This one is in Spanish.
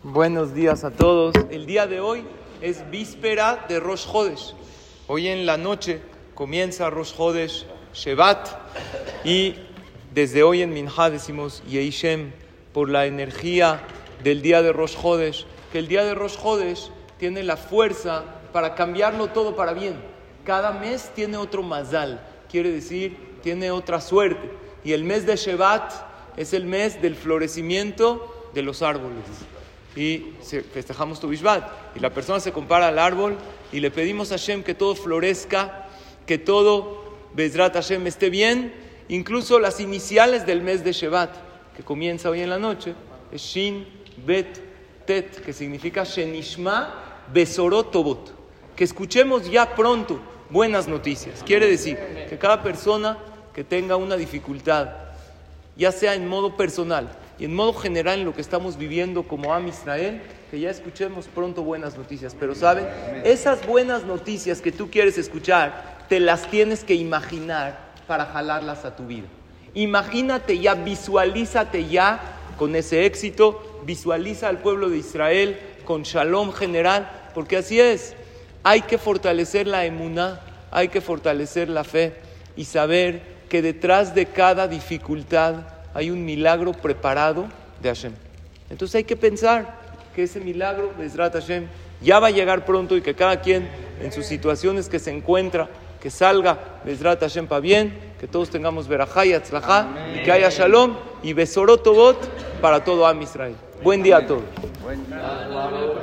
Buenos días a todos. El día de hoy es víspera de Rosh Hodesh. Hoy en la noche comienza Rosh Hodesh Shevat y desde hoy en Minha decimos Yehi Shem por la energía del día de Rosh Hodesh, que el día de Rosh Hodesh tiene la fuerza para cambiarlo todo para bien. Cada mes tiene otro mazal, quiere decir, tiene otra suerte. Y el mes de Shevat es el mes del florecimiento de los árboles. Y festejamos Tu Bishvat. Y la persona se compara al árbol y le pedimos a Hashem que todo florezca, que todo, Bezrat Hashem, esté bien. Incluso las iniciales del mes de Shevat, que comienza hoy en la noche, es Shin, Bet, Tet, que significa Shenishma, Besorot Tobot. Que escuchemos ya pronto buenas noticias. Quiere decir que cada persona que tenga una dificultad, ya sea en modo personal y en modo general en lo que estamos viviendo como Am Israel, que ya escuchemos pronto buenas noticias. Pero ¿saben? Esas buenas noticias que tú quieres escuchar, te las tienes que imaginar para jalarlas a tu vida. Imagínate ya, visualízate ya con ese éxito, visualiza al pueblo de Israel con shalom general, porque así es. Hay que fortalecer la emuná, hay que fortalecer la fe y saber que detrás de cada dificultad hay un milagro preparado de Hashem. Entonces hay que pensar que ese milagro, Bezrat Hashem, ya va a llegar pronto y que cada quien en sus situaciones que se encuentra, que salga Bezrat Hashem para bien, que todos tengamos verajá y atzlajá y que haya shalom y besorot tovot para todo Am Israel. Buen día a todos.